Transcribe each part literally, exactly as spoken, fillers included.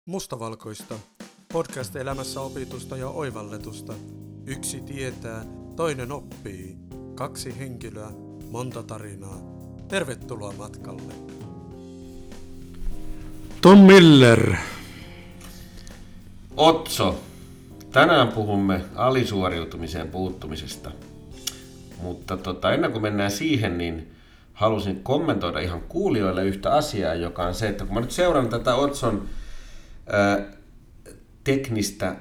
Mustavalkoista. Podcast elämässä opitusta ja oivalletusta. Yksi tietää, toinen oppii. Kaksi henkilöä, monta tarinaa. Tervetuloa matkalle. Tom Miller. Otso. Tänään puhumme alisuoriutumiseen puuttumisesta. Mutta tota, ennen kuin mennään siihen, niin halusin kommentoida ihan kuulijoille yhtä asiaa, joka on se, että kun mä nyt seuraan tätä Otson ää, teknistä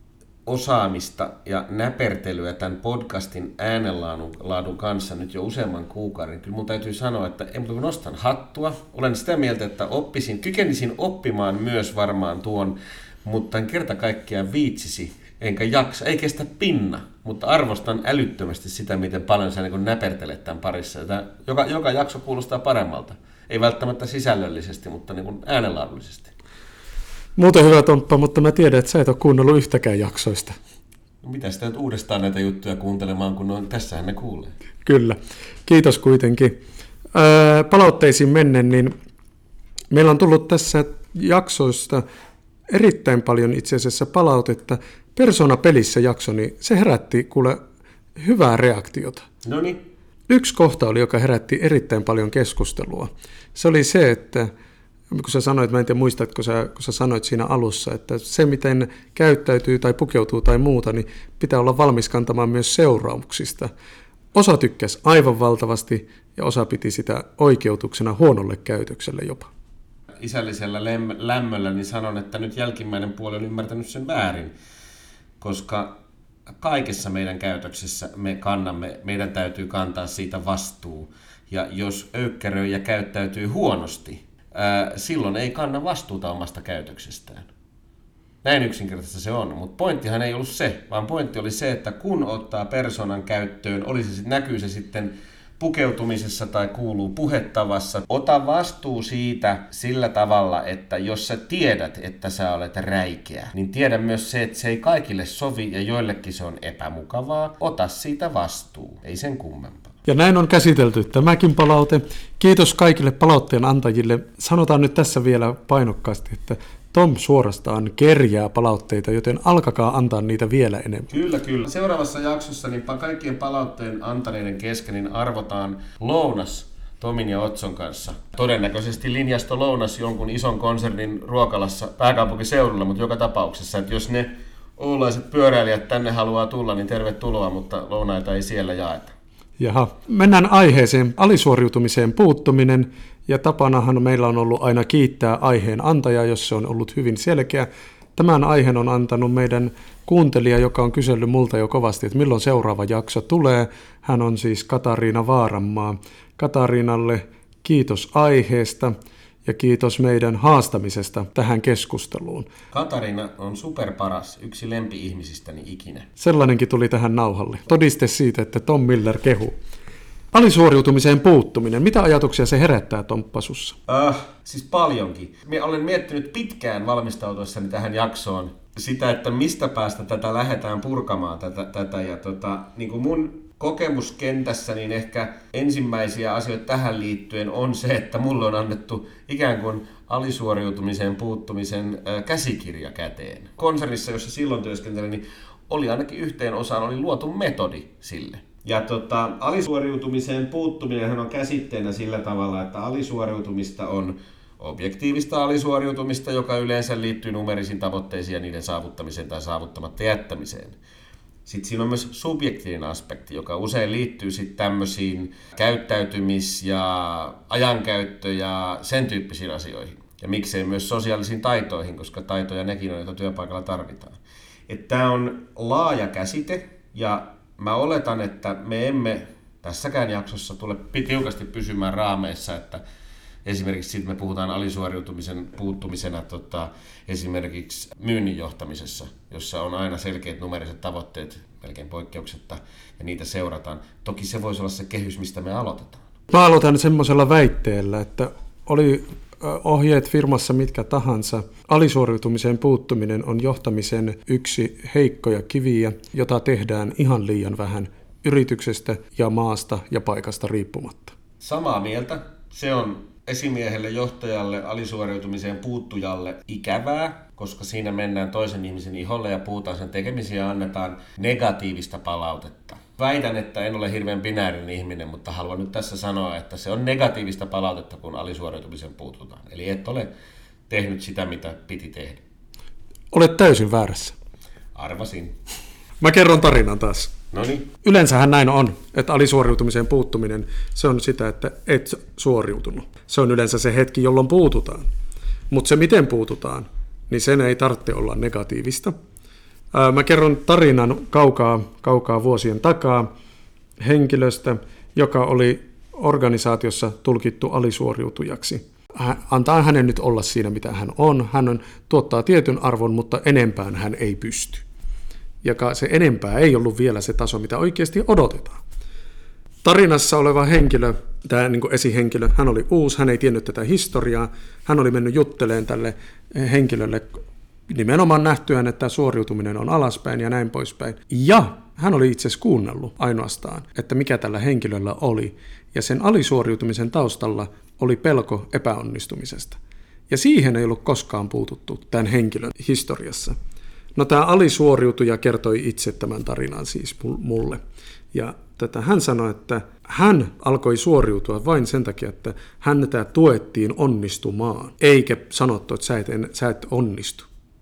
osaamista ja näpertelyä tämän podcastin äänenlaadun kanssa nyt jo useamman kuukauden, niin kyllä mun täytyy sanoa, että en kun nostan hattua. Olen sitä mieltä, että oppisin, kykenisin oppimaan myös varmaan tuon, mutta en kerta kaikkiaan viitsisi, enkä jaksa, ei kestä pinna, mutta arvostan älyttömästi sitä, miten paljon sä niin näpertelet tämän parissa. Tämä, joka, joka jakso kuulostaa paremmalta. Ei välttämättä sisällöllisesti, mutta niin äänenlaadullisesti. Muuten hyvä Tomppa, mutta mä tiedän, että sä et ole kuunnellut yhtäkään jaksoista. No mitä sitä nyt uudestaan näitä juttuja kuuntelemaan, kun on, tässähän ne kuulee. Kyllä. Kiitos kuitenkin. Ää, palautteisiin mennen, niin meillä on tullut tässä jaksoista erittäin paljon itse asiassa palautetta. Persona-pelissä jakso, niin se herätti kuule hyvää reaktiota. No niin. Yksi kohta oli, joka herätti erittäin paljon keskustelua. Se oli se, että kun sä sanoit, mä en tiedä muistatko sä, kun sä sanoit siinä alussa, että se miten käyttäytyy tai pukeutuu tai muuta, niin pitää olla valmis kantamaan myös seuraamuksista. Osa tykkäsi aivan valtavasti ja osa piti sitä oikeutuksena huonolle käytökselle jopa. Isällisellä lämmöllä niin sanon, että nyt jälkimmäinen puoli on ymmärtänyt sen väärin, koska kaikessa meidän käytöksessä me kannamme, meidän täytyy kantaa siitä vastuu. Ja jos öykkäröijä käyttäytyy huonosti, ää, silloin ei kanna vastuuta omasta käytöksestään. Näin yksinkertaisesti se on, mutta pointtihan ei ollut se, vaan pointti oli se, että kun ottaa persoonan käyttöön, oli se, näkyy se sitten pukeutumisessa tai kuuluu puhettavassa, ota vastuu siitä sillä tavalla, että jos sä tiedät, että sä olet räikeä, niin tiedä myös se, että se ei kaikille sovi ja joillekin se on epämukavaa. Ota siitä vastuu, ei sen kummempaa. Ja näin on käsitelty tämäkin palaute. Kiitos kaikille palautteen antajille. Sanotaan nyt tässä vielä painokkaasti, että Tom suorastaan kerjää palautteita, joten alkakaa antaa niitä vielä enemmän. Kyllä, kyllä. Seuraavassa jaksossa niin kaikkien palautteen antaneiden kesken niin arvotaan lounas Tomin ja Otson kanssa. Todennäköisesti linjasto lounas jonkun ison konsernin ruokalassa pääkaupunkiseudulla, mutta joka tapauksessa, että jos ne oululaiset pyöräilijät tänne haluaa tulla, niin tervetuloa, mutta lounaita ei siellä jaeta. Jaha, mennään aiheeseen, alisuoriutumiseen puuttuminen, ja tapanahan meillä on ollut aina kiittää aiheen antajaa, jos se on ollut hyvin selkeä. Tämän aiheen on antanut meidän kuuntelija, joka on kysellyt multa jo kovasti, että milloin seuraava jakso tulee. Hän on siis Katariina Vaaranmaa. Katariinalle kiitos aiheesta ja kiitos meidän haastamisesta tähän keskusteluun. Katariina on superparas, yksi lempi-ihmisistäni ikinä. Sellainenkin tuli tähän nauhalle. Todiste siitä, että Tom Miller kehu. Alisuoriutumiseen puuttuminen. Mitä ajatuksia se herättää, Tomppa, sussa? Äh, siis paljonkin. Minä olen miettinyt pitkään valmistautuessani tähän jaksoon sitä, että mistä päästä tätä lähdetään purkamaan. Tätä, tätä. Ja tota, niin kuin mun kokemuskentässä niin ehkä ensimmäisiä asioita tähän liittyen on se, että mulle on annettu ikään kuin alisuoriutumiseen puuttumisen äh, käsikirja käteen. Konsernissa, jossa silloin työskentelin, niin oli ainakin yhteen osaan oli luotu metodi sille. Ja tota, alisuoriutumiseen puuttuminen on käsitteenä sillä tavalla, että alisuoriutumista on objektiivista alisuoriutumista, joka yleensä liittyy numerisiin tavoitteisiin ja niiden saavuttamiseen tai saavuttamatta jättämiseen. Sitten siinä on myös subjektiivinen aspekti, joka usein liittyy sitten tämmöisiin käyttäytymis- ja ajankäyttö- ja sen tyyppisiin asioihin. Ja miksei myös sosiaalisiin taitoihin, koska taitoja nekin on, joita työpaikalla tarvitaan. Tämä on laaja käsite ja mä oletan, että me emme tässäkään jaksossa tule tiukasti pysymään raameissa, että esimerkiksi siitä me puhutaan alisuoriutumisen puuttumisena tota, esimerkiksi myynnin johtamisessa, jossa on aina selkeät numeriset tavoitteet, melkein poikkeuksetta, ja niitä seurataan. Toki se voisi olla se kehys, mistä me aloitetaan. Mä aloitan semmoisella väitteellä, että oli ohjeet firmassa mitkä tahansa. Alisuoriutumiseen puuttuminen on johtamisen yksi heikkoja kiviä, jota tehdään ihan liian vähän yrityksestä ja maasta ja paikasta riippumatta. Samaa mieltä. Se on esimiehelle, johtajalle, alisuoriutumiseen puuttujalle ikävää. koska siinä mennään toisen ihmisen iholle ja puhutaan sen tekemisiä ja annetaan negatiivista palautetta. Väitän, että en ole hirveän binäärinen ihminen, mutta haluan nyt tässä sanoa, että se on negatiivista palautetta, kun alisuoriutumisen puututaan. Eli et ole tehnyt sitä, mitä piti tehdä. Olet täysin väärässä. Arvasin. Mä kerron tarinan taas. Noniin. Yleensähän näin on, että alisuoriutumiseen puuttuminen, se on sitä, että et suoriutunut. Se on yleensä se hetki, jolloin puututaan. Mutta se, miten puututaan, niin sen ei tarvitse olla negatiivista. Ää, mä kerron tarinan kaukaa, kaukaa vuosien takaa henkilöstä, joka oli organisaatiossa tulkittu alisuoriutujaksi. Hän, antaa hänen nyt olla siinä, mitä hän on. Hän on, tuottaa tietyn arvon, mutta enempään hän ei pysty. Ja se enempää ei ollut vielä se taso, mitä oikeasti odotetaan. Tarinassa oleva henkilö, tämä niin kuin esihenkilö, hän oli uusi, hän ei tiennyt tätä historiaa. Hän oli mennyt jutteleen tälle henkilölle nimenomaan nähtyään, että suoriutuminen on alaspäin ja näin poispäin. Ja hän oli itse asiassa kuunnellut ainoastaan, että mikä tällä henkilöllä oli. Ja sen alisuoriutumisen taustalla oli pelko epäonnistumisesta. Ja siihen ei ollut koskaan puututtu tämän henkilön historiassa. No tämä alisuoriutuja kertoi itse tämän tarinan siis mulle. Ja tätä hän sanoi, että hän alkoi suoriutua vain sen takia, että häntä tuettiin onnistumaan, eikä sanottu, että sä et, sä et onnistu.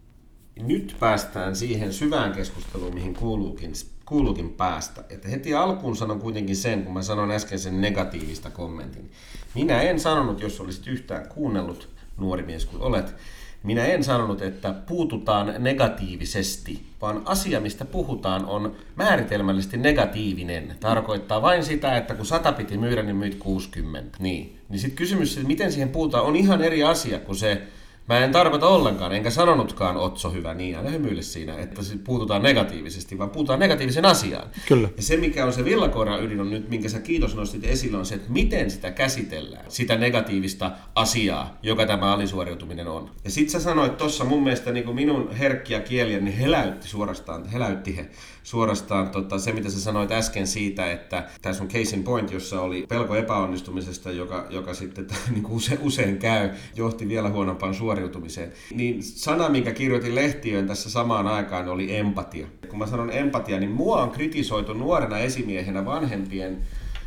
Nyt päästään siihen syvään keskusteluun, mihin kuuluukin, kuuluukin päästä. Että heti alkuun sanon kuitenkin sen, kun mä sanon äsken sen negatiivista kommentin. Minä en sanonut, jos olisit yhtään kuunnellut, nuori mies kuin olet, minä en sanonut, että puututaan negatiivisesti, vaan asia, mistä puhutaan, on määritelmällisesti negatiivinen. Tarkoittaa vain sitä, että kun sata piti myydä, niin myyt kuusikymmentä. Niin, niin sitten kysymys, että miten siihen puhutaan, on ihan eri asia kuin se, mä en tarkoita ollenkaan, enkä sanonutkaan Otso hyvä niin, älä hymyile siinä, että puututaan negatiivisesti, vaan puhutaan negatiivisen asiaan. Kyllä. Ja se, mikä on se villakoiran ydin on nyt, minkä sä kiitos nostit esille, on se, että miten sitä käsitellään, sitä negatiivista asiaa, joka tämä alisuoriutuminen on. Ja sit sä sanoit tuossa mun mielestä niin kuin minun herkkiä kieliä, niin heläytti suorastaan, heläytti he suorastaan tota, se, mitä sä sanoit äsken siitä, että tässä on case in point, jossa oli pelko epäonnistumisesta, joka, joka sitten niin kuin use, usein käy, johti vielä huonompaan suoriutumiseen. Niin sana, minkä kirjoitin lehtiöön tässä samaan aikaan, oli empatia. Kun mä sanon empatia, niin mua on kritisoitu nuorena esimiehenä vanhempien,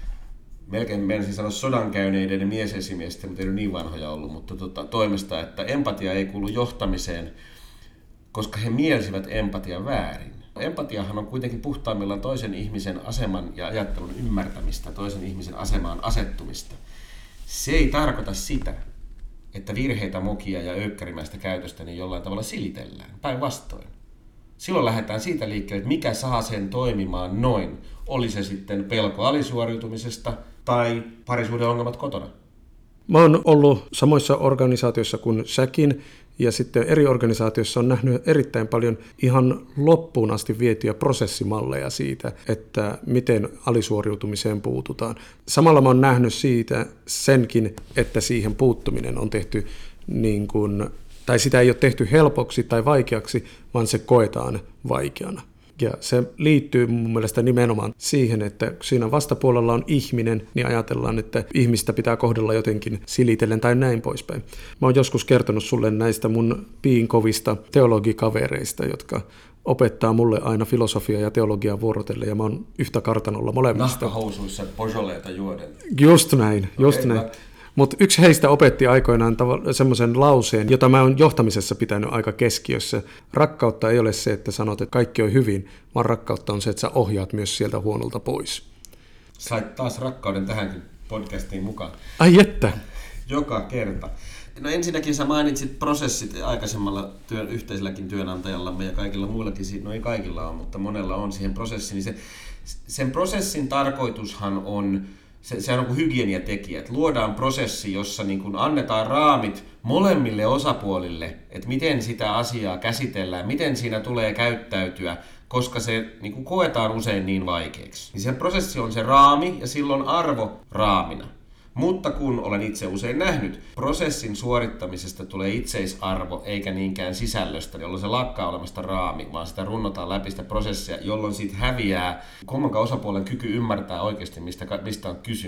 melkein menisin sanoa sodankäyneiden miesesimiesten, mutta ei ole niin vanhoja ollut, mutta tota, toimesta, että empatia ei kuulu johtamiseen, koska he mielsivät empatian väärin. Empatiahan on kuitenkin puhtaimmillaan toisen ihmisen aseman ja ajattelun ymmärtämistä, toisen ihmisen asemaan asettumista. Se ei tarkoita sitä, että virheitä, mokia ja öykkärimäistä käytöstä niin jollain tavalla silitellään. Päinvastoin. Silloin lähdetään siitä liikkeelle, että mikä saa sen toimimaan noin. Oli se sitten pelko alisuoriutumisesta tai parisuhdeongelmat kotona. Mä oon ollut samoissa organisaatioissa kuin säkin, ja sitten eri organisaatioissa on nähnyt erittäin paljon ihan loppuun asti vietyjä prosessimalleja siitä, että miten alisuoriutumiseen puututaan. Samalla mä oon nähnyt siitä senkin, että siihen puuttuminen on tehty niin kuin, tai sitä ei ole tehty helpoksi tai vaikeaksi, vaan se koetaan vaikeana. Ja se liittyy mun mielestä nimenomaan siihen, että siinä vastapuolella on ihminen, niin ajatellaan, että ihmistä pitää kohdella jotenkin silitellen tai näin poispäin. Mä oon joskus kertonut sulle näistä mun piinkovista teologikavereista, jotka opettaa mulle aina filosofiaa ja teologiaa vuorotelle, ja mä oon yhtä kartanolla molemmista. Nahkahousuissa pojoleita juoden. Just näin, just okay, näin. Mutta yksi heistä opetti aikoinaan tav- semmoisen lauseen, jota mä oon johtamisessa pitänyt aika keskiössä. Rakkautta ei ole se, että sanot, että kaikki on hyvin, vaan rakkautta on se, että sä ohjaat myös sieltä huonolta pois. Sait taas rakkauden tähänkin podcastiin mukaan. Ai että! Joka kerta. No ensinnäkin sä mainitsit prosessit aikaisemmalla työn, yhteiselläkin työnantajallamme ja kaikilla muillakin, no ei kaikilla ole, mutta monella on siihen prosessiin. Niin se, sen prosessin tarkoitushan on, se, sehän on kuin hygieniatekijät. Luodaan prosessi, jossa niin kuin annetaan raamit molemmille osapuolille, että miten sitä asiaa käsitellään, miten siinä tulee käyttäytyä, koska se niin kuin koetaan usein niin vaikeaksi. Niin se prosessi on se raami ja silloin arvo raamina. Mutta kun olen itse usein nähnyt, prosessin suorittamisesta tulee itseisarvo eikä niinkään sisällöstä, jolloin se lakkaa olemasta raami, vaan sitä runnotaan läpi sitä prosessia, jolloin siitä häviää kummankaan osapuolen kyky ymmärtää oikeasti, mistä, mistä on kysymys.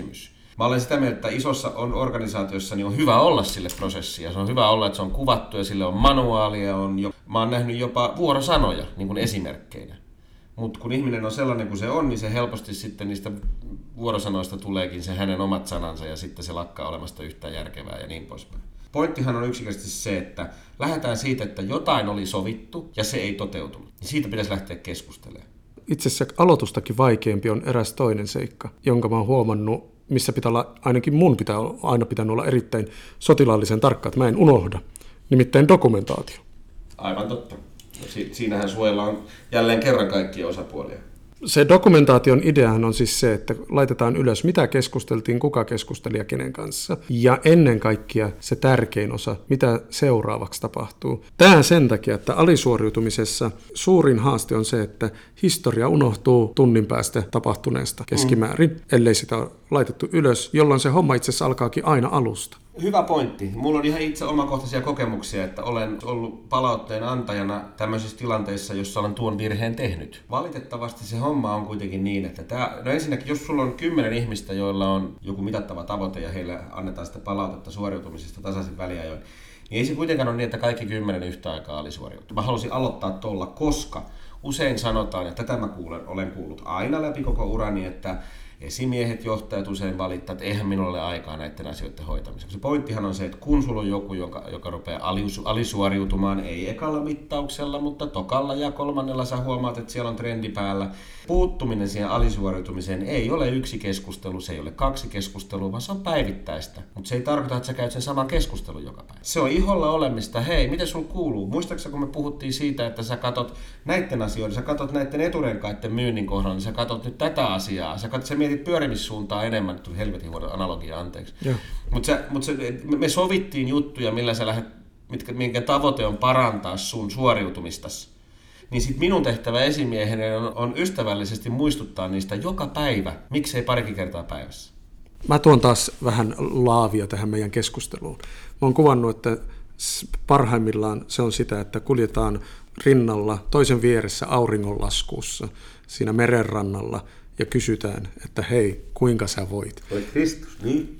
Mä olen sitä mieltä, että isossa on organisaatiossa niin on hyvä olla sille prosessia. Se on hyvä olla, että se on kuvattu ja sille on manuaalia. On jo, mä oon nähnyt jopa vuorosanoja niin kuin esimerkkeinä. Mutta kun ihminen on sellainen kuin se on, niin se helposti sitten niistä vuorosanoista tuleekin se hänen omat sanansa ja sitten se lakkaa olemasta yhtään järkevää ja niin poispäin. Pointtihan on yksinkertaisesti se, että lähdetään siitä, että jotain oli sovittu ja se ei toteutunut. Niin siitä pitäisi lähteä keskustelemaan. Itse asiassa aloitustakin vaikeampi on eräs toinen seikka, jonka mä oon huomannut, missä pitää olla, ainakin mun pitää aina pitänyt olla erittäin sotilaallisen tarkka, että mä en unohda. Nimittäin dokumentaatio. Aivan totta. Si- siinähän suojellaan jälleen kerran kaikkia osapuolia. Se dokumentaation ideahan on siis se, että laitetaan ylös, mitä keskusteltiin, kuka keskusteli ja kenen kanssa. Ja ennen kaikkea se tärkein osa, mitä seuraavaksi tapahtuu. Tämä sen takia, että alisuoriutumisessa suurin haaste on se, että historia unohtuu tunnin päästä tapahtuneesta keskimäärin, mm. ellei sitä ole laitettu ylös, jolloin se homma itse asiassa alkaakin aina alusta. Hyvä pointti. Mulla on ihan itse omakohtaisia kokemuksia, että olen ollut palautteen antajana tämmöisissä tilanteissa, jossa olen tuon virheen tehnyt. Valitettavasti se homma on kuitenkin niin, että tämä, no ensinnäkin, jos sulla on kymmenen ihmistä, joilla on joku mitattava tavoite ja heille annetaan sitä palautetta suoriutumisesta tasaisin väliajoin, niin ei se kuitenkaan ole niin, että kaikki kymmenen yhtä aikaa alisuoriutuu. Mä halusin aloittaa tuolla, koska usein sanotaan, ja tätä mä kuulen, olen kuullut aina läpi koko urani, että esimiehet, johtajat usein valittaa, että eihän minulla ole aikaa näiden asioiden hoitamiseen. Se pointtihan on se, että kun sulla on joku, joka, joka rupeaa alisuoriutumaan, ei ekalla mittauksella, mutta tokalla ja kolmannella sä huomaat, että siellä on trendi päällä. Puuttuminen siihen alisuoriutumiseen ei ole yksi keskustelu, se ei ole kaksi keskustelua, vaan se on päivittäistä. Mutta se ei tarkoita, että sä käyt sen saman keskustelun joka päivä. Se on iholla olemista. Hei, miten sulla kuuluu? Muistaaksä, kun me puhuttiin siitä, että sä katot näiden asioiden, sä katot näiden eturenkaiden myynnin kohdalla, niin sä katot nyt tätä asiaa. Sä, katot, sä mietit pyörimissuuntaa enemmän, tuli helvetin huono analogia, anteeksi. Mutta mut me sovittiin juttuja, millä sä lähdet, mitkä, minkä tavoite on parantaa sun suoriutumistasi. Niin sit minun tehtävä esimiehenä on, on ystävällisesti muistuttaa niistä joka päivä, miksei parikin kertaa päivässä. Mä tuon taas vähän laavia tähän meidän keskusteluun. Mä oon kuvannut, että parhaimmillaan se on sitä, että kuljetaan rinnalla toisen vieressä auringonlaskuussa siinä merenrannalla ja kysytään, että hei, kuinka sä voit? Oli Kristus, niin?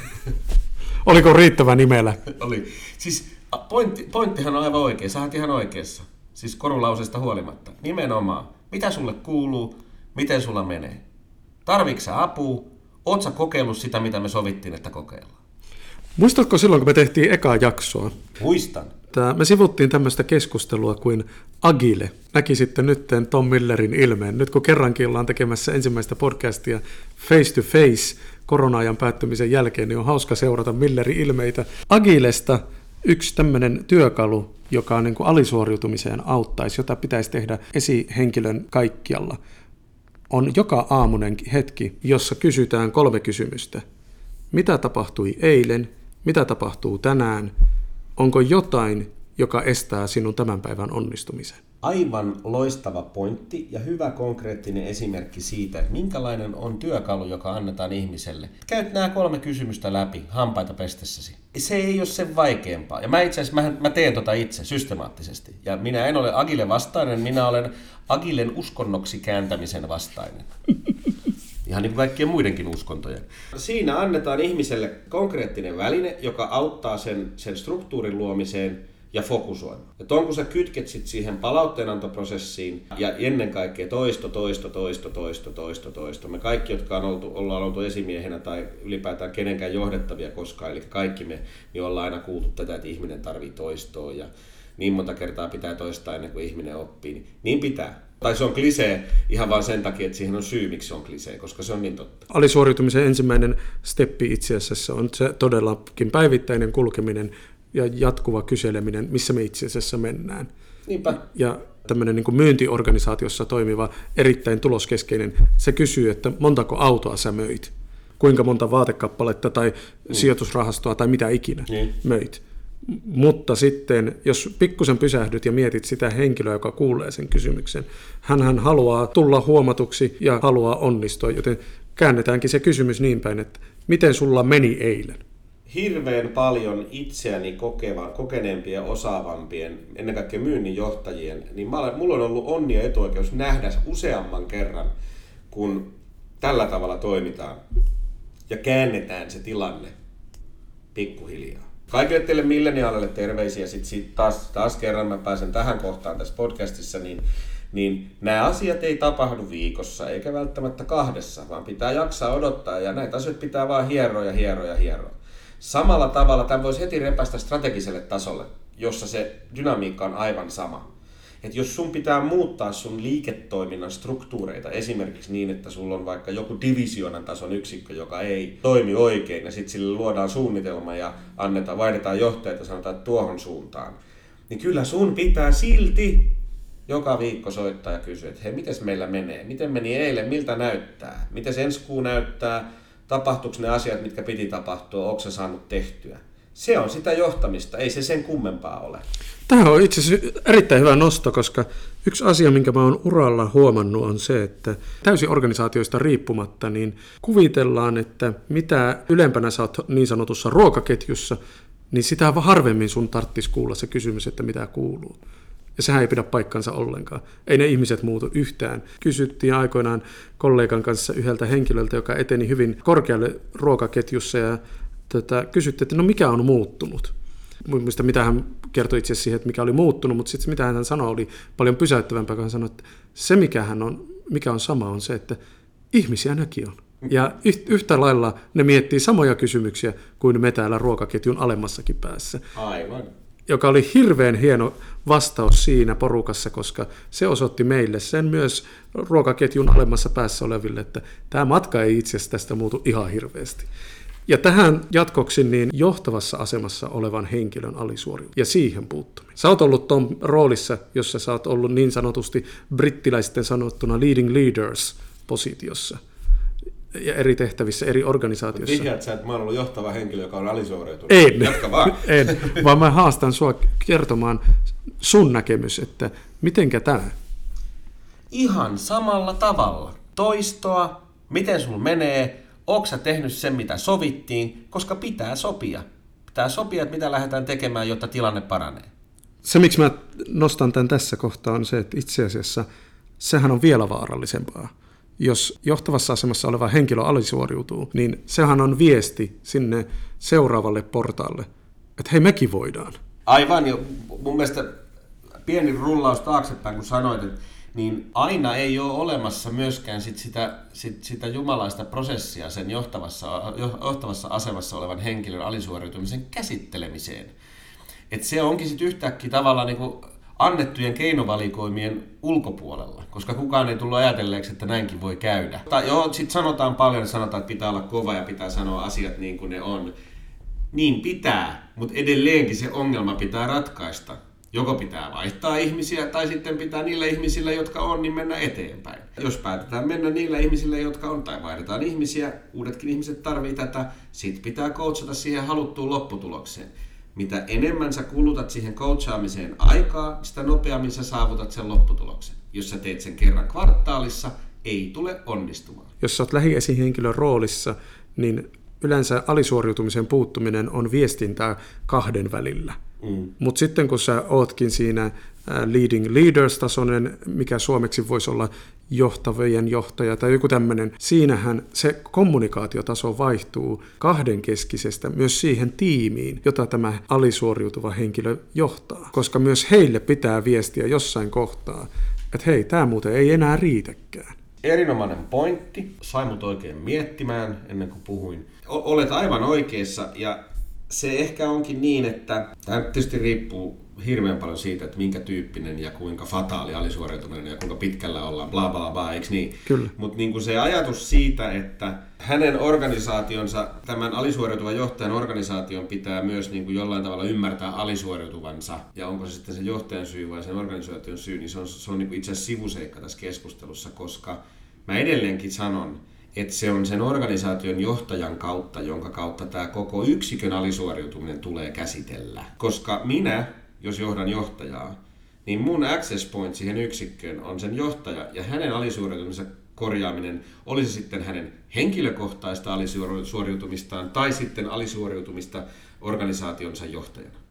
Oliko riittävä nimellä? Oli. Siis pointti, pointtihan on aivan oikein, sä oot ihan oikeassa. Siis korulauseesta huolimatta. Nimenomaan. Mitä sulle kuuluu? Miten sulla menee? Tarviiko sä apua? Oot sä kokeillut sitä, mitä me sovittiin, että kokeillaan? Muistatko silloin, kun me tehtiin ekaa jaksoa? Muistan. Tää, me sivuttiin tämmöistä keskustelua kuin Agile. Näki sitten nyt Tom Millerin ilmeen. Nyt kun kerrankin ollaan tekemässä ensimmäistä podcastia face to face korona-ajan päättymisen jälkeen, niin on hauska seurata Millerin ilmeitä. Agilesta yksi tämmöinen työkalu, joka niin kuin alisuoriutumiseen auttaisi, jota pitäisi tehdä esihenkilön kaikkialla, on joka aamunen hetki, jossa kysytään kolme kysymystä. Mitä tapahtui eilen? Mitä tapahtuu tänään? Onko jotain, joka estää sinun tämän päivän onnistumisen? Aivan loistava pointti ja hyvä konkreettinen esimerkki siitä, että minkälainen on työkalu, joka annetaan ihmiselle. Käyt nämä kolme kysymystä läpi hampaita pestessäsi. Se ei ole sen vaikeampaa. Ja mä itse asiassa mä, mä teen tota itse systemaattisesti. Ja minä en ole Agile vastainen, minä olen Agilen uskonnoksi kääntämisen vastainen. Ihan niin kuin kaikkien muidenkin uskontojen. Siinä annetaan ihmiselle konkreettinen väline, joka auttaa sen, sen struktuurin luomiseen ja fokusoimaan. Ja ton kun sä kytket sit siihen palautteenantoprosessiin ja ennen kaikkea toisto, toisto, toisto, toisto, toisto, toisto. Me kaikki, jotka on oltu, ollaan oltu esimiehenä tai ylipäätään kenenkään johdettavia koskaan, eli kaikki me, niin ollaan aina kuultu tätä, että ihminen tarvii toistoa ja niin monta kertaa pitää toistaa ennen kuin ihminen oppii. Niin, niin pitää. Tai se on klisee ihan vain sen takia, että siihen on syy, miksi se on klisee, koska se on niin totta. Alisuoriutumisen ensimmäinen steppi itse asiassa on se todellakin päivittäinen kulkeminen ja jatkuva kyseleminen, missä me itse asiassa mennään. Niinpä. Ja tämmöinen niin kuin myyntiorganisaatiossa toimiva, erittäin tuloskeskeinen, se kysyy, että montako autoa sä möit, kuinka monta vaatekappaletta tai mm. sijoitusrahastoa tai mitä ikinä mm. möit. Mutta sitten, jos pikkusen pysähdyt ja mietit sitä henkilöä, joka kuulee sen kysymyksen, hänhän haluaa tulla huomatuksi ja haluaa onnistua, joten käännetäänkin se kysymys niin päin, että miten sulla meni eilen? Hirveän paljon itseäni kokeva, kokeneempien, osaavampien, ennen kaikkea myynnin johtajien, niin mä olen, mulla on ollut onni ja etuoikeus nähdä useamman kerran, kun tällä tavalla toimitaan. ja käännetään se tilanne pikkuhiljaa. Kaikille teille milleniaaleille terveisiä, sitten sit taas, taas kerran mä pääsen tähän kohtaan tässä podcastissa, niin, niin nämä asiat ei tapahdu viikossa eikä välttämättä kahdessa, vaan pitää jaksaa odottaa ja näitä asioita pitää vaan hieroa ja hieroa ja hieroa. Samalla tavalla tämän voisi heti repäistä strategiselle tasolle, jossa se dynamiikka on aivan sama. Et jos sun pitää muuttaa sun liiketoiminnan struktuureita esimerkiksi niin, että sulla on vaikka joku divisioonan tason yksikkö, joka ei toimi oikein, ja sitten sille luodaan suunnitelma ja annetaan, vaihdetaan johtajat ja sanotaan, että tuohon suuntaan, niin kyllä sun pitää silti joka viikko soittaa ja kysyä, että hei, miten meillä menee? Miten meni eilen? Miltä näyttää? Miten ensi kuu näyttää? Tapahtuuko ne asiat, mitkä piti tapahtua? Onko se saanut tehtyä? Se on sitä johtamista, ei se sen kummempaa ole. Tämä on itse asiassa erittäin hyvä nosto, koska yksi asia, minkä mä oon uralla huomannut, on se, että täysin organisaatioista riippumatta, niin kuvitellaan, että mitä ylempänä sä oot niin sanotussa ruokaketjussa, niin sitä harvemmin sun tarvitsisi kuulla se kysymys, että mitä kuuluu. Ja sehän ei pidä paikkansa ollenkaan. Ei ne ihmiset muutu yhtään. Kysyttiin aikoinaan kollegan kanssa yhdeltä henkilöltä, joka eteni hyvin korkealle ruokaketjussa, ja tota, kysyttiin, että no mikä on muuttunut. Muista mitä hän kertoi itse asiassa siihen, että mikä oli muuttunut, mutta sitten mitä hän sanoi oli paljon pysäyttävämpää, kun hän sanoi, että se mikä, hän on, mikä on sama on se, että ihmisiä näkin on. Ja yhtä lailla ne miettii samoja kysymyksiä kuin me täällä ruokaketjun alemmassakin päässä. Aivan. Joka oli hirveän hieno vastaus siinä porukassa, koska se osoitti meille sen myös ruokaketjun alemmassa päässä oleville, että tämä matka ei itse asiassa tästä muutu ihan hirveästi. Ja tähän jatkoksi niin johtavassa asemassa olevan henkilön alisuoriutuminen ja siihen puuttuminen. Sä oot ollut ton roolissa, jossa sä oot ollut niin sanotusti brittiläisten sanottuna leading leaders -positiossa ja eri tehtävissä, eri organisaatioissa. Vihjaat sä, että mä oon ollut johtava henkilö, joka on alisuoriutunut. En, Jatka vaan. en, vaan mä haastan sua kertomaan sun näkemys, että mitenkä tämä? Ihan samalla tavalla. Toistoa, miten sulla menee, ootko sä tehnyt sen, mitä sovittiin, koska pitää sopia. Pitää sopia, että mitä lähdetään tekemään, jotta tilanne paranee. Se, miksi mä nostan tämän tässä kohtaa, on se, että itse asiassa sehän on vielä vaarallisempaa. Jos johtavassa asemassa oleva henkilö alisuoriutuu, niin sehän on viesti sinne seuraavalle portaalle, että hei, mekin voidaan. Aivan, jo mun mielestä pieni rullaus taaksepäin, kun sanoit, että niin aina ei ole olemassa myöskään sit sitä, sit, sitä jumalaista prosessia sen johtavassa, johtavassa asemassa olevan henkilön alisuoriutumisen käsittelemiseen. Et se onkin sitten yhtäkkiä tavallaan niinku annettujen keinovalikoimien ulkopuolella, koska kukaan ei tullut ajatelleeksi, että näinkin voi käydä. Joo, sitten sanotaan paljon, että sanotaan, että pitää olla kova ja pitää sanoa asiat niin kuin ne on. Niin pitää, mutta edelleenkin se ongelma pitää ratkaista. Joko pitää vaihtaa ihmisiä tai sitten pitää niillä ihmisillä, jotka on, niin mennä eteenpäin. Jos päätetään mennä niillä ihmisillä, jotka on, tai vaihdetaan ihmisiä, uudetkin ihmiset tarvii tätä, sit pitää coachata siihen haluttuun lopputulokseen. Mitä enemmän sä kulutat siihen coachaamiseen aikaa, sitä nopeammin sä saavutat sen lopputuloksen. Jos sä teet sen kerran kvartaalissa, ei tule onnistumaan. Jos sä oot lähiesihenkilön roolissa, niin yleensä alisuoriutumisen puuttuminen on viestintää kahden välillä. Mm. Mutta sitten kun sä ootkin siinä leading leaders-tasoinen, mikä suomeksi voisi olla johtavien johtaja tai joku tämmöinen, siinähän se kommunikaatiotaso vaihtuu kahdenkeskisestä myös siihen tiimiin, jota tämä alisuoriutuva henkilö johtaa. Koska myös heille pitää viestiä jossain kohtaa, että hei, tämä muuten ei enää riitäkään. Erinomainen pointti. Sai mut oikein miettimään ennen kuin puhuin. O- olet aivan oikeassa ja se ehkä onkin niin, että tämä tietysti riippuu hirveän paljon siitä, että minkä tyyppinen ja kuinka fataali alisuoriutuminen ja kuinka pitkällä ollaan, bla bla bla, eikö niin? Kyllä. Mutta niin se ajatus siitä, että hänen organisaationsa, tämän alisuoriutuvan johtajan organisaation pitää myös niin kuin jollain tavalla ymmärtää alisuoriutuvansa, ja onko se sitten sen johtajan syy vai sen organisaation syy, niin se on, se on niin kuin itse asiassa sivuseikka tässä keskustelussa, koska mä edelleenkin sanon, että se on sen organisaation johtajan kautta, jonka kautta tämä koko yksikön alisuoriutuminen tulee käsitellä. Koska minä, jos johdan johtajaa, niin mun access point siihen yksikköön on sen johtaja ja hänen alisuoriutumisensa korjaaminen, olisi sitten hänen henkilökohtaista alisuoriutumistaan tai sitten alisuoriutumista organisaationsa johtajana.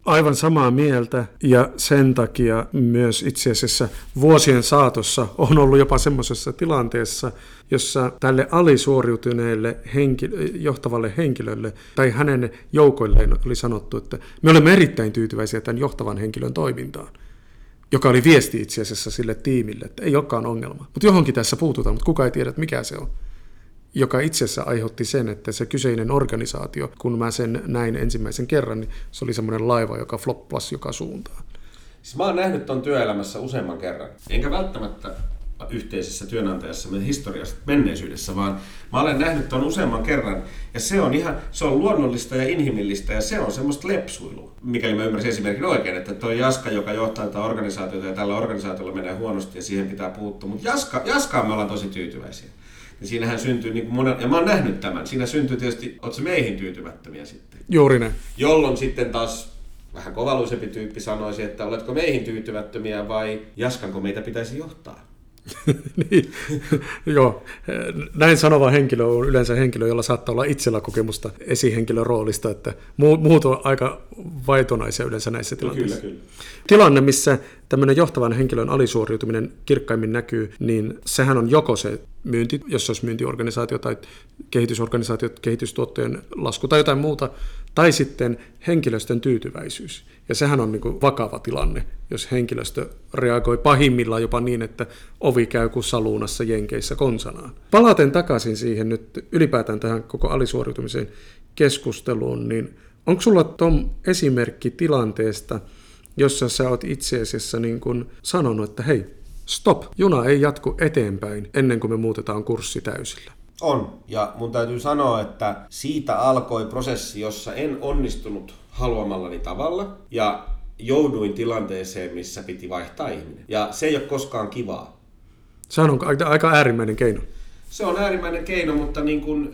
Aivan samaa mieltä, ja sen takia myös itse asiassa vuosien saatossa on ollut jopa semmoisessa tilanteessa, jossa tälle alisuoriutuneelle henkilö, johtavalle henkilölle tai hänen joukoilleen oli sanottu, että me olemme erittäin tyytyväisiä tämän johtavan henkilön toimintaan, joka oli viesti itse asiassa sille tiimille, että ei olekaan ongelma. Mutta johonkin tässä puututaan, mutta kukaan ei tiedä, mikä se on. Joka itse asiassa aiheutti sen, että se kyseinen organisaatio, kun mä sen näin ensimmäisen kerran, niin se oli semmoinen laiva, joka floppasi joka suuntaan. Siis mä oon nähnyt ton työelämässä useamman kerran, enkä välttämättä yhteisessä työnantajassa historiassa menneisyydessä, vaan mä olen nähnyt ton useamman kerran, ja se on ihan, se on luonnollista ja inhimillistä, ja se on semmoista lepsuilua. Mikäli mä ymmärsin esimerkin oikein, että toi Jaska, joka johtaa tätä organisaatiota, ja tällä organisaatiolla menee huonosti, ja siihen pitää puuttua, mutta Jaska, Jaskaan me ollaan tosi tyytyväisiä. Ja siinähän syntyy, niin kuin monen, ja mä oon nähnyt tämän, siinä syntyy tietysti, ootko meihin tyytymättömiä sitten? Juuri näin. Jolloin sitten taas vähän kovaluisempi tyyppi sanoisi, että oletko meihin tyytymättömiä vai Jaskanko meitä pitäisi johtaa? Niin, joo. Näin sanova henkilö on yleensä henkilö, jolla saattaa olla itsellä kokemusta esihenkilön roolista, että muut on aika vaitonaisia yleensä näissä tilanteissa. No kyllä, kyllä. Tilanne, missä tämmöinen johtavan henkilön alisuoriutuminen kirkkaimmin näkyy, niin sehän on joko se myynti, jos se olisi myyntiorganisaatio tai kehitysorganisaatio, kehitystuottojen lasku tai jotain muuta, tai sitten henkilöstön tyytyväisyys. Ja sehän on niin kuin vakava tilanne, jos henkilöstö reagoi pahimmillaan jopa niin, että ovi käy kuin saluunassa Jenkeissä konsanaan. Palaten takaisin siihen nyt ylipäätään tähän koko alisuoriutumisen keskusteluun, niin onko sulla Tom esimerkki tilanteesta, jossa sä oot itse asiassa niin kuin sanonut, että hei, stop, juna ei jatku eteenpäin ennen kuin me muutetaan kurssi täysillä? On, ja mun täytyy sanoa, että siitä alkoi prosessi, jossa en onnistunut haluamallani tavalla, ja jouduin tilanteeseen, missä piti vaihtaa ihminen. Ja se ei ole koskaan kivaa. Se on aika äärimmäinen keino. Se on äärimmäinen keino, mutta niin kuin,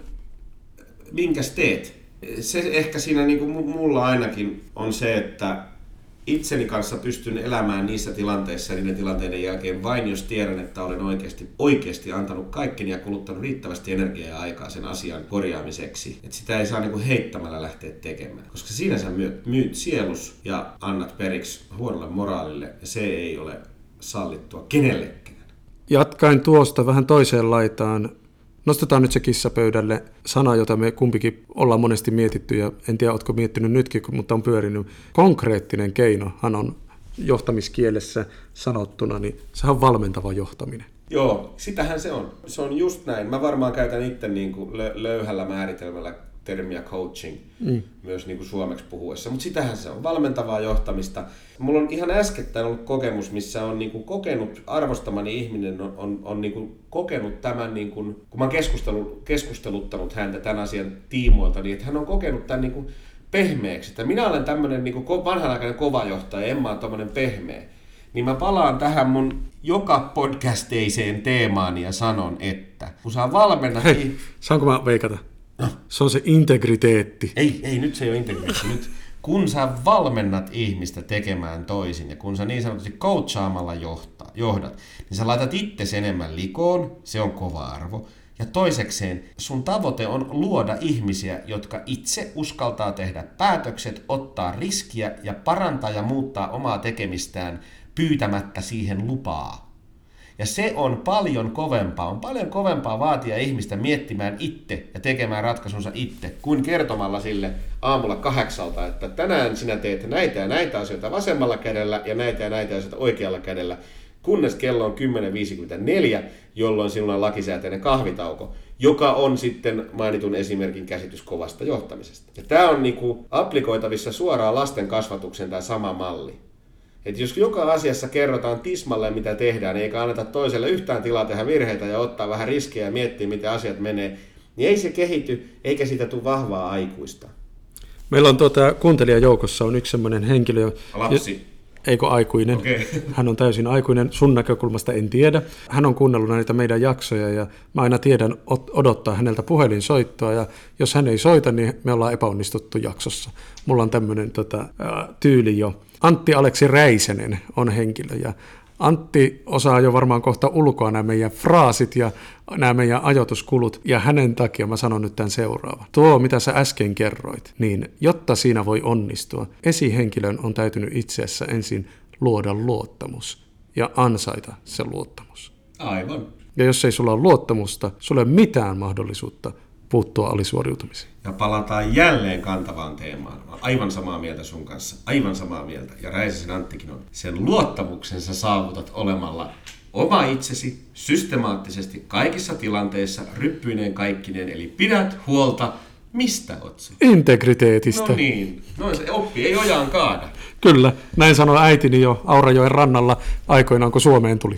minkäs teet? Se ehkä siinä niin kuin mulla ainakin on se, että itseni kanssa pystyn elämään niissä tilanteissa ja niiden tilanteiden jälkeen vain, jos tiedän, että olen oikeasti, oikeasti antanut kaikkeni ja kuluttanut riittävästi energiaa ja aikaa sen asian korjaamiseksi. Että sitä ei saa niinku heittämällä lähteä tekemään. Koska siinä sä myyt, myyt sielus ja annat periksi huonolle moraalille, ja se ei ole sallittua kenellekään. Jatkaen tuosta vähän toiseen laitaan. Nostetaan nyt se kissapöydälle sana, jota me kumpikin ollaan monesti mietitty, ja en tiedä, ootko miettinyt nytkin, mutta on pyörinyt. Konkreettinen keinohan on johtamiskielessä sanottuna, niin se on valmentava johtaminen. Joo, sitähän se on. Se on just näin. Mä varmaan käytän itse niin kuin löyhällä määritelmällä termiä coaching, mm. myös niin kuin suomeksi puhuessa, mutta sitähän se on, valmentavaa johtamista. Mulla on ihan äskettäin ollut kokemus, missä on niin kuin kokenut, arvostamani ihminen on, on, on niin kuin kokenut tämän, niin kuin, kun mä oon keskustellut, keskusteluttanut häntä tämän asian tiimoilta, niin että hän on kokenut tämän niin kuin pehmeäksi, että minä olen tämmöinen niin kuin vanhanaikainen kova johtaja, en mä ole tommoinen pehmeä. Niin mä palaan tähän mun joka podcasteiseen teemaani ja sanon, että kun sä valmennat... Hei, saanko mä veikata? No. Se on se integriteetti. Ei, ei, nyt se ei ole integriteetti. Nyt, kun sä valmennat ihmistä tekemään toisin ja kun sä niin sanotusti coachaamalla johtaa, johdat, niin sä laitat itsesi enemmän likoon, se on kova arvo. Ja toisekseen sun tavoite on luoda ihmisiä, jotka itse uskaltaa tehdä päätökset, ottaa riskiä ja parantaa ja muuttaa omaa tekemistään pyytämättä siihen lupaa. Ja se on paljon kovempaa, on paljon kovempaa vaatia ihmistä miettimään itse ja tekemään ratkaisunsa itse, kuin kertomalla sille aamulla kahdeksalta, että tänään sinä teet näitä ja näitä asioita vasemmalla kädellä ja näitä ja näitä asioita oikealla kädellä, kunnes kello on kymmenen viisikymmentäneljä, jolloin sinulla on lakisääteinen kahvitauko, joka on sitten mainitun esimerkin käsitys kovasta johtamisesta. Ja tämä on niinku applikoitavissa suoraan lasten kasvatuksen tämä sama malli. Että jos joka asiassa kerrotaan tismalleen, mitä tehdään, eikä anneta toiselle yhtään tilaa tehdä virheitä ja ottaa vähän riskejä ja miettiä, miten asiat menee, niin ei se kehity, eikä siitä tule vahvaa aikuista. Meillä on tuota, kuuntelijajoukossa on yksi sellainen henkilö... Lapsi. Eikö aikuinen? Okay. Hän on täysin aikuinen. Sun näkökulmasta en tiedä. Hän on kuunnellut näitä meidän jaksoja ja mä aina tiedän odottaa häneltä puhelinsoittoa. Ja jos hän ei soita, niin me ollaan epäonnistuttu jaksossa. Mulla on tämmöinen tota, tyyli jo. Antti Aleksi Räisänen on henkilö ja Antti osaa jo varmaan kohta ulkoa nämä meidän fraasit ja nämä meidän ajatuskulut, ja hänen takia mä sanon nyt tämän seuraavan. Tuo, mitä sä äsken kerroit, niin jotta siinä voi onnistua, esihenkilön on täytynyt itse asiassa ensin luoda luottamus ja ansaita se luottamus. Aivan. Ja jos ei sulla ole luottamusta, sulla ei ole mitään mahdollisuutta puuttua alisuoriutumiseen. Ja palataan jälleen kantavaan teemaan. Mä aivan samaa mieltä sun kanssa. Aivan samaa mieltä. Ja Räisäsen Anttikin on. Sen luottamuksen sä saavutat olemalla oma itsesi systemaattisesti kaikissa tilanteissa ryppyineen kaikkineen. Eli pidät huolta mistä oot se? Integriteetistä. No niin. No se oppi ei ojaan kaada. Kyllä. Näin sanoi äitini jo Aurajoen rannalla aikoinaan, kun Suomeen tuli.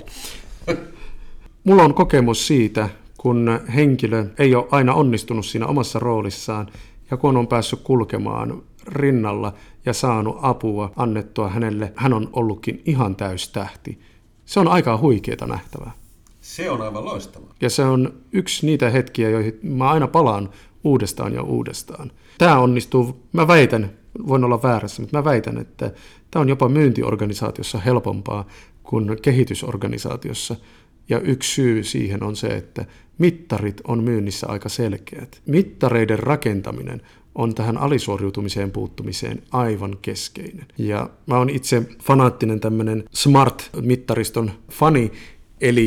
Mulla on kokemus siitä, kun henkilö ei ole aina onnistunut siinä omassa roolissaan ja kun on päässyt kulkemaan rinnalla ja saanut apua annettua hänelle, hän on ollutkin ihan täystähti. Se on aika huikeeta nähtävää. Se on aivan loistavaa. Ja se on yksi niitä hetkiä, joihin mä aina palaan uudestaan ja uudestaan. Tämä onnistuu, mä väitän, voin olla väärässä, mutta mä väitän, että tämä on jopa myyntiorganisaatiossa helpompaa kuin kehitysorganisaatiossa. Ja yksi syy siihen on se, että mittarit on myynnissä aika selkeät. Mittareiden rakentaminen on tähän alisuoriutumiseen puuttumiseen aivan keskeinen. Ja mä oon itse fanaattinen tämmöinen smart-mittariston fani, eli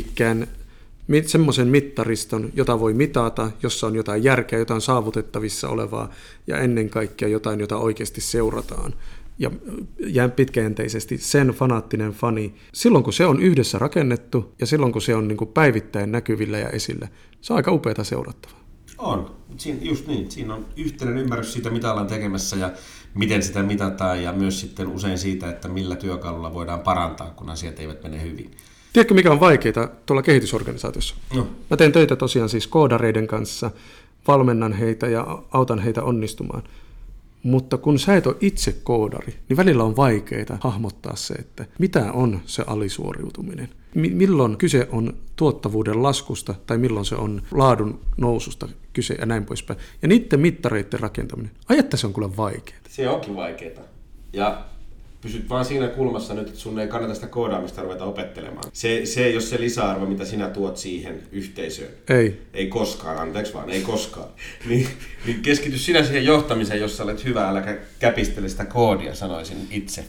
semmoisen mittariston, jota voi mitata, jossa on jotain järkeä, jotain saavutettavissa olevaa ja ennen kaikkea jotain, jota oikeasti seurataan. Ja jään pitkäjänteisesti sen fanaattinen fani. Silloin kun se on yhdessä rakennettu ja silloin kun se on niin kuin päivittäin näkyvillä ja esillä, se on aika upeata seurattavaa. On. Siinä, just niin. Siinä on yhteinen ymmärrys siitä, mitä ollaan tekemässä ja miten sitä mitataan ja myös sitten usein siitä, että millä työkalulla voidaan parantaa, kun asiat eivät mene hyvin. Tiedätkö, mikä on vaikeaa tuolla kehitysorganisaatiossa? No. Mä teen töitä tosiaan siis koodareiden kanssa, valmennan heitä ja autan heitä onnistumaan. Mutta kun sä et ole itse koodari, niin välillä on vaikeaa hahmottaa se, että mitä on se alisuoriutuminen. M- milloin kyse on tuottavuuden laskusta tai milloin se on laadun noususta kyse ja näin poispäin. Ja niiden mittareiden rakentaminen, ai että se on kyllä vaikeaa. Se onkin vaikeaa. Ja pysyt vaan siinä kulmassa nyt, että sun ei kannata sitä koodaamista ruveta opettelemaan. Se, se ei ole se lisäarvo, mitä sinä tuot siihen yhteisöön. Ei. Ei koskaan, anteeksi vaan, ei koskaan. Niin, niin keskity sinä siihen johtamiseen, jos sä olet hyvä, äläkä käpistele sitä koodia, sanoisin itse.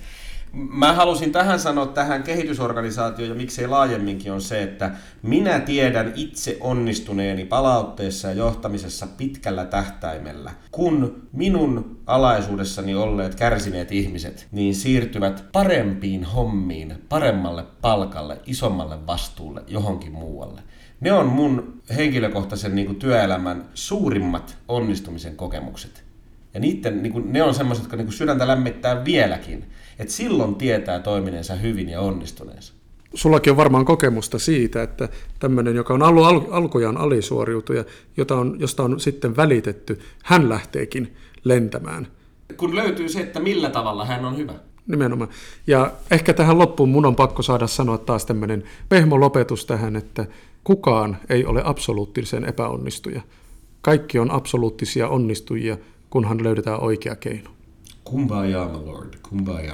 Mä halusin tähän sanoa tähän kehitysorganisaatioon ja miksei laajemminkin on se, että minä tiedän itse onnistuneeni palautteessa ja johtamisessa pitkällä tähtäimellä, kun minun alaisuudessani olleet kärsineet ihmiset niin siirtyvät parempiin hommiin, paremmalle palkalle, isommalle vastuulle, johonkin muualle. Ne on mun henkilökohtaisen niin kuin työelämän suurimmat onnistumisen kokemukset. Ja niiden, niin kuin, ne on semmoiset, jotka niin kuin sydäntä lämmittää vieläkin. Että silloin tietää toimineensa hyvin ja onnistuneensa. Sullakin on varmaan kokemusta siitä, että tämmöinen, joka on ollut al- alkujaan alisuoriutuja, jota on, josta on sitten välitetty, hän lähteekin lentämään. Kun löytyy se, että millä tavalla hän on hyvä. Nimenomaan. Ja ehkä tähän loppuun mun on pakko saada sanoa taas tämmöinen pehmo lopetus tähän, että kukaan ei ole absoluuttisen epäonnistuja. Kaikki on absoluuttisia onnistujia, kunhan löydetään oikea keino. Kumbaya, my lord, kumbaya.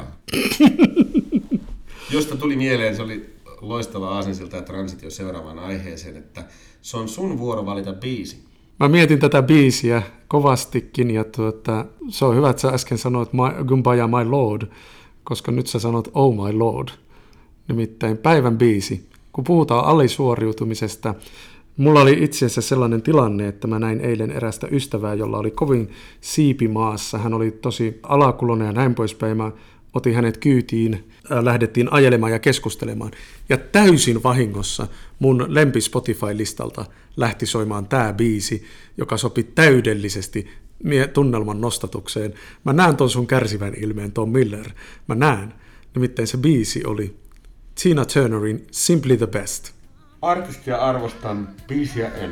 Josta tuli mieleen, se oli loistava aasinsilta ja transitio seuraavaan aiheeseen, että se on sun vuoro valita biisi. Mä mietin tätä biisiä kovastikin ja tuota, se on hyvä, että sä äsken sanoit my, Kumbaya, my lord, koska nyt sä sanot oh my lord. Nimittäin päivän biisi. Kun puhutaan alisuoriutumisesta, mulla oli itse asiassa sellainen tilanne, että mä näin eilen erästä ystävää, jolla oli kovin siipi maassa. Hän oli tosi alakuloinen ja näin poispäin. Mä otin hänet kyytiin, lähdettiin ajelemaan ja keskustelemaan. Ja täysin vahingossa mun lempi Spotify-listalta lähti soimaan tää biisi, joka sopi täydellisesti tunnelman nostatukseen. Mä näen ton sun kärsivän ilmeen, Tom Miller. Mä näen. Nimittäin se biisi oli Tina Turnerin Simply the Best. Artistia arvostan, biisiä en.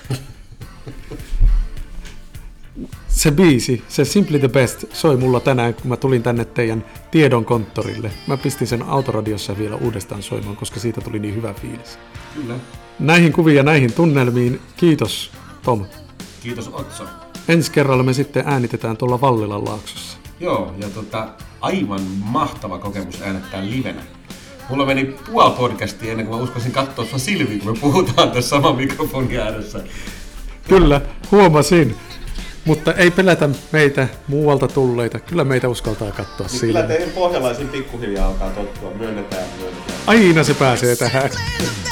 Se biisi, se Simply the Best, soi mulla tänään, kun mä tulin tänne teidän tiedon konttorille. Mä pistin sen autoradiossa vielä uudestaan soimaan, koska siitä tuli niin hyvä fiilis. Kyllä. Näihin kuviin ja näihin tunnelmiin, kiitos Tom. Kiitos Otso. Ensi kerralla me sitten äänitetään tuolla Vallilan laaksossa. Joo, ja tota, aivan mahtava kokemus äänettää livenä. Mulla meni puoli podcastia ennen kuin mä uskoisin katsoa sua silmiin, kun me puhutaan tässä saman mikrofonin ääressä. Kyllä, huomasin. Mutta ei pelätä meitä muualta tulleita. Kyllä meitä uskaltaa katsoa niin silmiin. kyllä teidän pohjalaisin pikkuhiljaa alkaa tottua. Myönnetään, myönnetään. Aina se pääsee tähän.